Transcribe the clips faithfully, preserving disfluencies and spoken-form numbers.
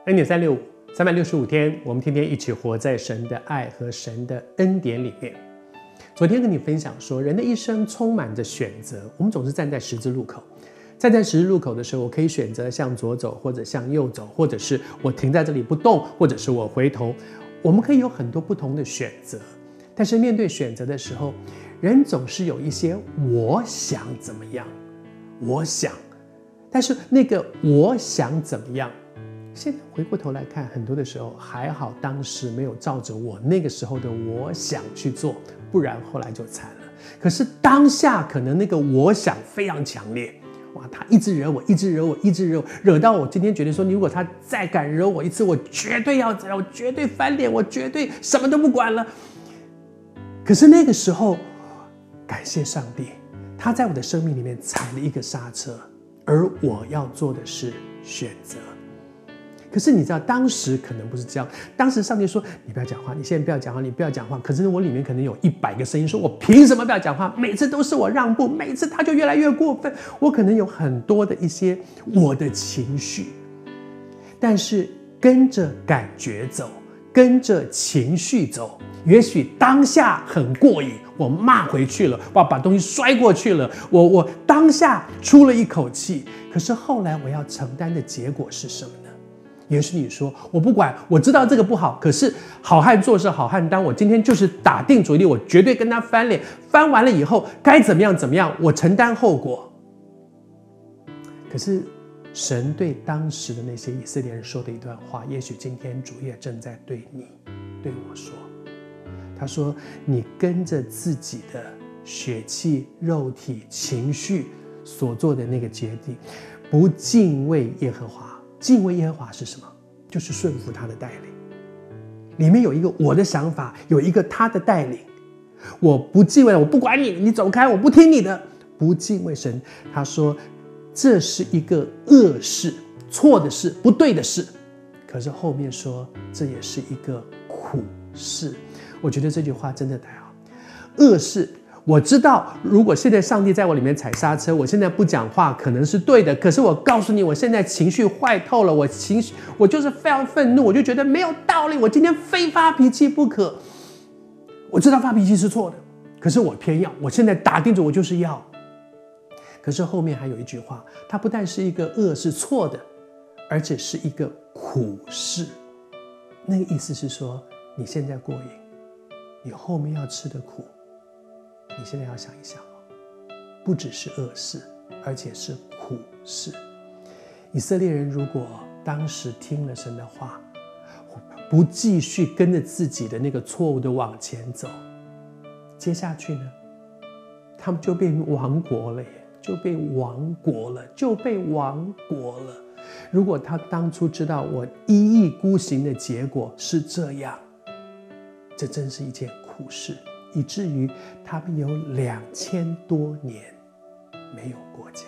恩典三六五，三百六十五天，我们天天一起活在神的爱和神的恩典里面。昨天跟你分享说，人的一生充满着选择，我们总是站在十字路口。站在十字路口的时候，我可以选择向左走，或者向右走，或者是我停在这里不动，或者是我回头。我们可以有很多不同的选择，但是面对选择的时候，人总是有一些我想怎么样，我想，但是那个我想怎么样，现在回过头来看，很多的时候还好，当时没有照着我那个时候的我想去做，不然后来就惨了。可是当下可能那个我想非常强烈，哇，他一直惹我，一直惹我，一直惹我，惹到我今天决定说，如果他再敢惹我一次，我绝对要怎样，我绝对翻脸，我绝对什么都不管了。可是那个时候，感谢上帝，他在我的生命里面踩了一个刹车，而我要做的是选择。可是你知道，当时可能不是这样。当时上帝说：“你不要讲话，你现在不要讲话，你不要讲话。”可是我里面可能有一百个声音说：“我凭什么不要讲话？每次都是我让步，每次他就越来越过分。”我可能有很多的一些我的情绪，但是跟着感觉走，跟着情绪走，也许当下很过瘾，我骂回去了，哇，把东西摔过去了，我我当下出了一口气。可是后来我要承担的结果是什么呢？也许你说我不管，我知道这个不好，可是好汉做事好汉当，我今天就是打定主意，我绝对跟他翻脸，翻完了以后该怎么样怎么样，我承担后果。可是神对当时的那些以色列人说的一段话，也许今天主也正在对你对我说。他说，你跟着自己的血气肉体情绪所做的那个决定，不敬畏耶和华。敬畏耶和华是什么？就是顺服他的带领。里面有一个我的想法，有一个他的带领。我不敬畏，我不管你，你走开，我不听你的。不敬畏神，他说这是一个恶事，错的事，不对的事。可是后面说这也是一个苦事。我觉得这句话真的太好。恶事，我知道如果现在上帝在我里面踩刹车，我现在不讲话可能是对的，可是我告诉你，我现在情绪坏透了，我情绪我就是非常愤怒，我就觉得没有道理，我今天非发脾气不可。我知道发脾气是错的，可是我偏要，我现在打定主我就是要。可是后面还有一句话，它不但是一个恶是错的，而且是一个苦事。那个意思是说，你现在过瘾，你后面要吃的苦，你现在要想一想，不只是恶事，而且是苦事。以色列人如果当时听了神的话，不继续跟着自己的那个错误的往前走，接下去呢，他们就被亡国了耶，就被亡国了，就被亡国了。如果他当初知道我一意孤行的结果是这样，这真是一件苦事，以至于他们有两千多年没有国家。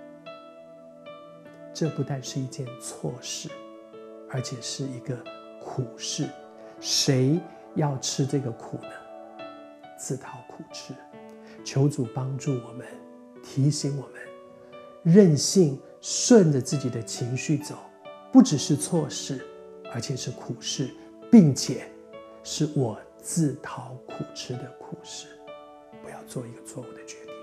这不但是一件错事，而且是一个苦事。谁要吃这个苦呢？自讨苦吃。求主帮助我们，提醒我们，任性顺着自己的情绪走，不只是错事，而且是苦事，并且是我自讨苦吃的苦事。不要做一个错误的决定。